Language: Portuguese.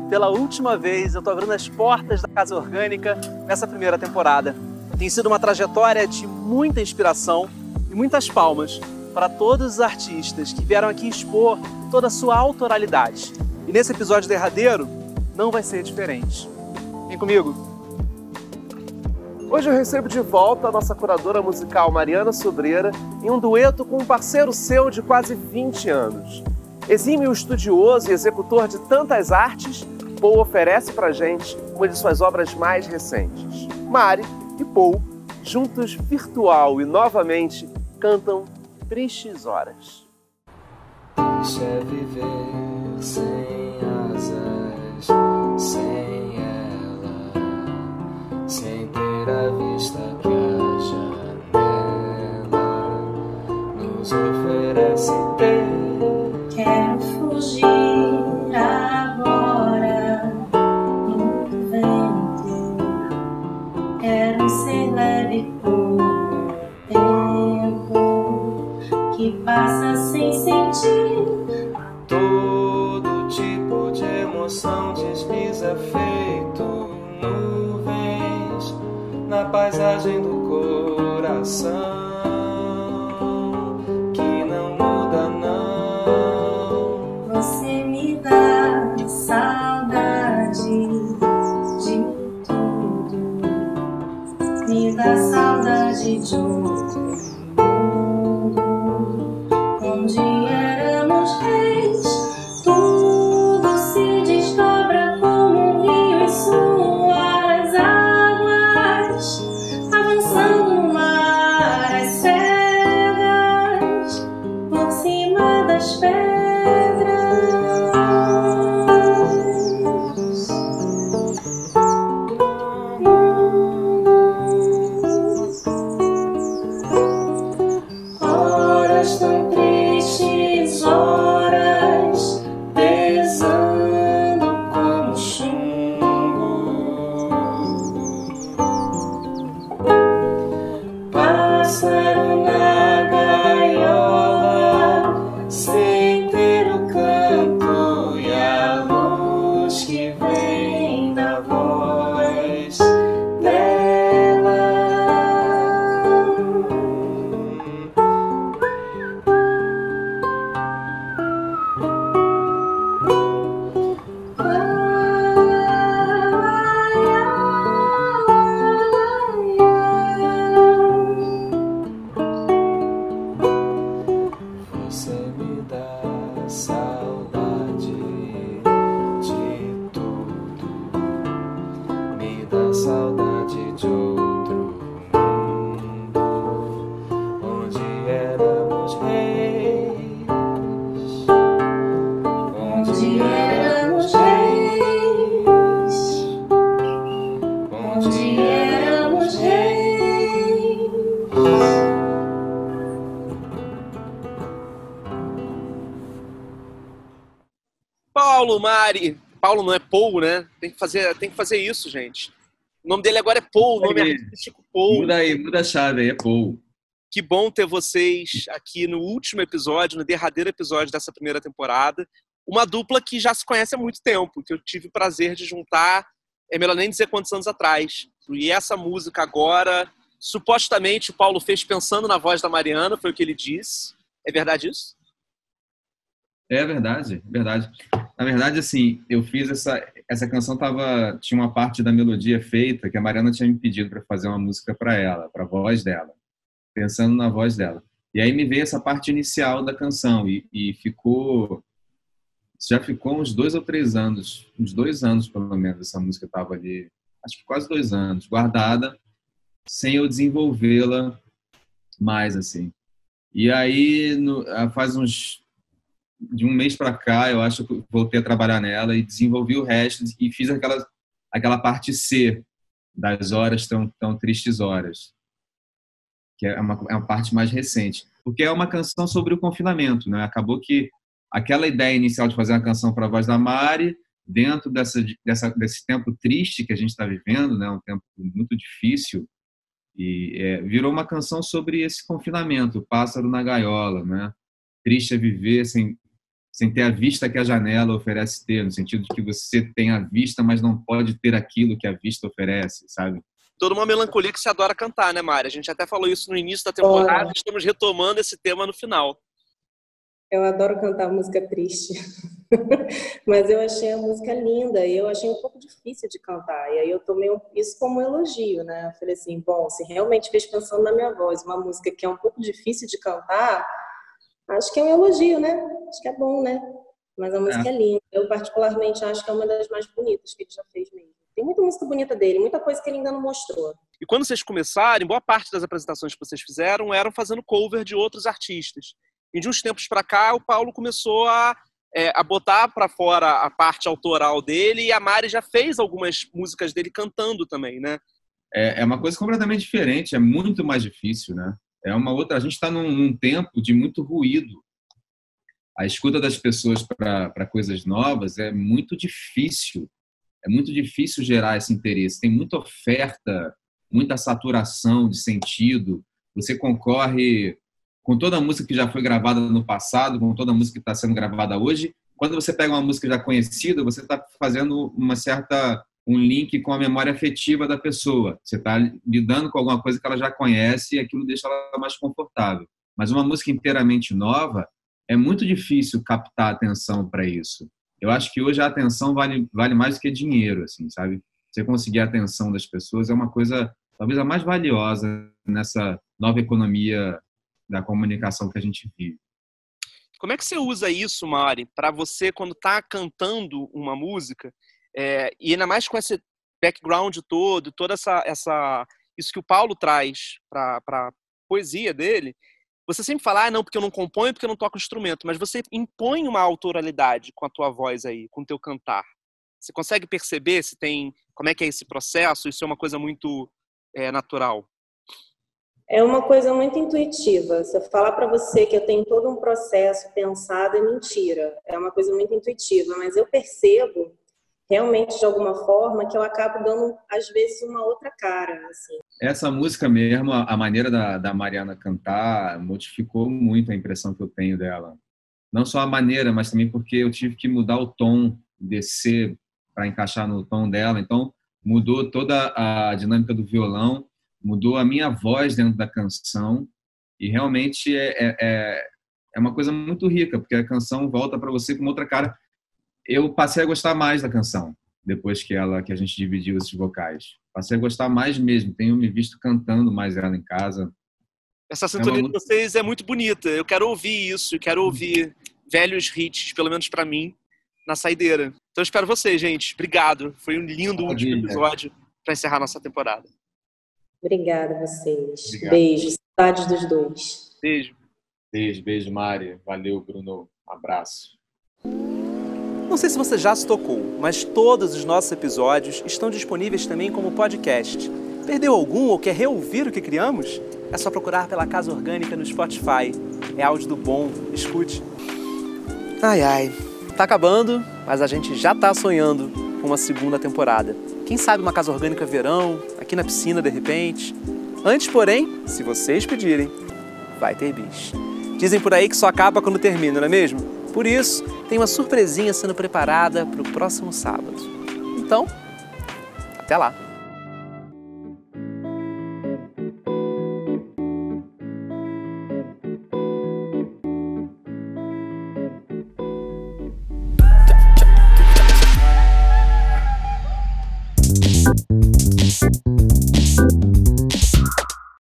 pela última vez eu estou abrindo as portas da Casa Orgânica nessa primeira temporada. Tem sido uma trajetória de muita inspiração e muitas palmas para todos os artistas que vieram aqui expor toda a sua autoralidade. E nesse episódio derradeiro, não vai ser diferente. Vem comigo! Hoje eu recebo de volta a nossa curadora musical Mariana Sobreira em um dueto com um parceiro seu de quase 20 anos. Exímio estudioso e executor de tantas artes, Paul oferece pra gente uma de suas obras mais recentes. Mari e Paul, juntos virtual e novamente, cantam Tristes Horas. Triste é viver sem asas, sem ela, sem ter a vista que a janela nos oferece ter. Quero fugir agora do vento, quero ser leve por tempo que passa sem sentir. Todo tipo de emoção desliza feito nuvens na paisagem do coração. Você me dá saudade de tudo, me dá saudade de outro mundo, onde éramos reis. Tudo se desdobra como um rio em suas águas, avançando o mar às cegas, por cima das pedras. Horas tão tristes, horas pesando como chumbo. Pássaro na gaiola, sem ter o canto e a luz que vem da voz dela. Você me dá saudade de tudo, me dá saudade de outro mundo, onde éramos reis, onde éramos reis, onde éramos reis. Paulo, Mari. Paulo não é Paul, né? Tem que fazer isso, gente. O nome dele agora é Paul, o nome artístico Paul. Muda a chave aí, é Paul. Que bom ter vocês aqui no último episódio, no derradeiro episódio dessa primeira temporada. Uma dupla que já se conhece há muito tempo, que eu tive o prazer de juntar, é melhor nem dizer quantos anos atrás. E essa música agora, supostamente o Paulo fez pensando na voz da Mariana, foi o que ele disse. É verdade isso? É verdade, verdade. Na verdade, assim, eu fiz essa canção, tinha uma parte da melodia feita que a Mariana tinha me pedido para fazer uma música para ela, para a voz dela, pensando na voz dela. E aí me veio essa parte inicial da canção e já ficou uns 2 ou 3 anos, uns 2 anos pelo menos, essa música estava ali, acho que quase 2 anos, guardada, sem eu desenvolvê-la mais, assim. E aí, faz de um mês para cá, eu acho que eu voltei a trabalhar nela e desenvolvi o resto e fiz aquela parte C das horas tão tristes horas, que é uma parte mais recente, porque é uma canção sobre o confinamento, né? Acabou que aquela ideia inicial de fazer uma canção para a voz da Mari, dentro desse tempo triste que a gente está vivendo, né? Um tempo muito difícil, e virou uma canção sobre esse confinamento, o pássaro na gaiola, né? Triste é viver sem sem ter a vista que a janela oferece ter, no sentido de que você tem a vista, mas não pode ter aquilo que a vista oferece, sabe? Toda uma melancolia que se adora cantar, né, Mari? A gente até falou isso no início da temporada, estamos retomando esse tema no final. Eu adoro cantar música triste, mas eu achei a música linda e eu achei um pouco difícil de cantar. E aí eu tomei isso como um elogio, né? Eu falei assim, bom, se realmente fez pensando na minha voz, uma música que é um pouco difícil de cantar, acho que é um elogio, né? Acho que é bom, né? Mas a música é linda. Eu particularmente acho que é uma das mais bonitas que ele já fez mesmo. Tem muita música bonita dele, muita coisa que ele ainda não mostrou. E quando vocês começarem, boa parte das apresentações que vocês fizeram eram fazendo cover de outros artistas. E de uns tempos para cá, o Paulo começou a botar para fora a parte autoral dele, e a Mari já fez algumas músicas dele cantando também, né? É uma coisa completamente diferente, é muito mais difícil, né? É uma outra. A gente está num tempo de muito ruído. A escuta das pessoas para coisas novas é muito difícil. É muito difícil gerar esse interesse. Tem muita oferta, muita saturação de sentido. Você concorre com toda a música que já foi gravada no passado, com toda a música que está sendo gravada hoje. Quando você pega uma música já conhecida, você está fazendo um link com a memória afetiva da pessoa. Você está lidando com alguma coisa que ela já conhece e aquilo deixa ela mais confortável. Mas uma música inteiramente nova, é muito difícil captar atenção para isso. Eu acho que hoje a atenção vale mais do que dinheiro, assim, sabe? Você conseguir a atenção das pessoas é uma coisa, talvez a mais valiosa nessa nova economia da comunicação que a gente vive. Como é que você usa isso, Mari, para você, quando está cantando uma música, e ainda mais com esse background todo, toda isso que o Paulo traz para a poesia dele, você sempre fala, não, porque eu não componho, porque eu não toco instrumento, mas você impõe uma autoralidade com a tua voz aí, com o teu cantar. Você consegue perceber como é que é esse processo? Isso é uma coisa muito natural. É uma coisa muito intuitiva. Se eu falar para você que eu tenho todo um processo pensado, é mentira. É uma coisa muito intuitiva, mas eu percebo realmente de alguma forma que eu acabo dando às vezes uma outra cara, assim. Essa música mesmo, a maneira da Mariana cantar modificou muito a impressão que eu tenho dela. Não só a maneira, mas também porque eu tive que mudar o tom, descer para encaixar no tom dela. Então mudou toda a dinâmica do violão, mudou a minha voz dentro da canção, e realmente é uma coisa muito rica, porque a canção volta para você com outra cara. Eu passei a gostar mais da canção, depois que a gente dividiu esses vocais. Passei a gostar mais mesmo, tenho me visto cantando mais ela em casa. Essa sintonia de vocês é muito bonita, eu quero ouvir isso, eu quero ouvir velhos hits, pelo menos para mim, na saideira. Então eu espero vocês, gente. Obrigado, foi um lindo último episódio para encerrar nossa temporada. Obrigada a vocês. Obrigado. Beijo. Saudades dos dois. Beijo. Beijo, Mari. Valeu, Bruno. Um abraço. Não sei se você já se tocou, mas todos os nossos episódios estão disponíveis também como podcast. Perdeu algum ou quer reouvir o que criamos? É só procurar pela Casa Orgânica no Spotify. É áudio do bom. Escute. Ai. Tá acabando, mas a gente já tá sonhando com uma segunda temporada. Quem sabe uma Casa Orgânica verão, aqui na piscina de repente. Antes, porém, se vocês pedirem, vai ter bis. Dizem por aí que só acaba quando termina, não é mesmo? Por isso, tem uma surpresinha sendo preparada para o próximo sábado. Então, até lá!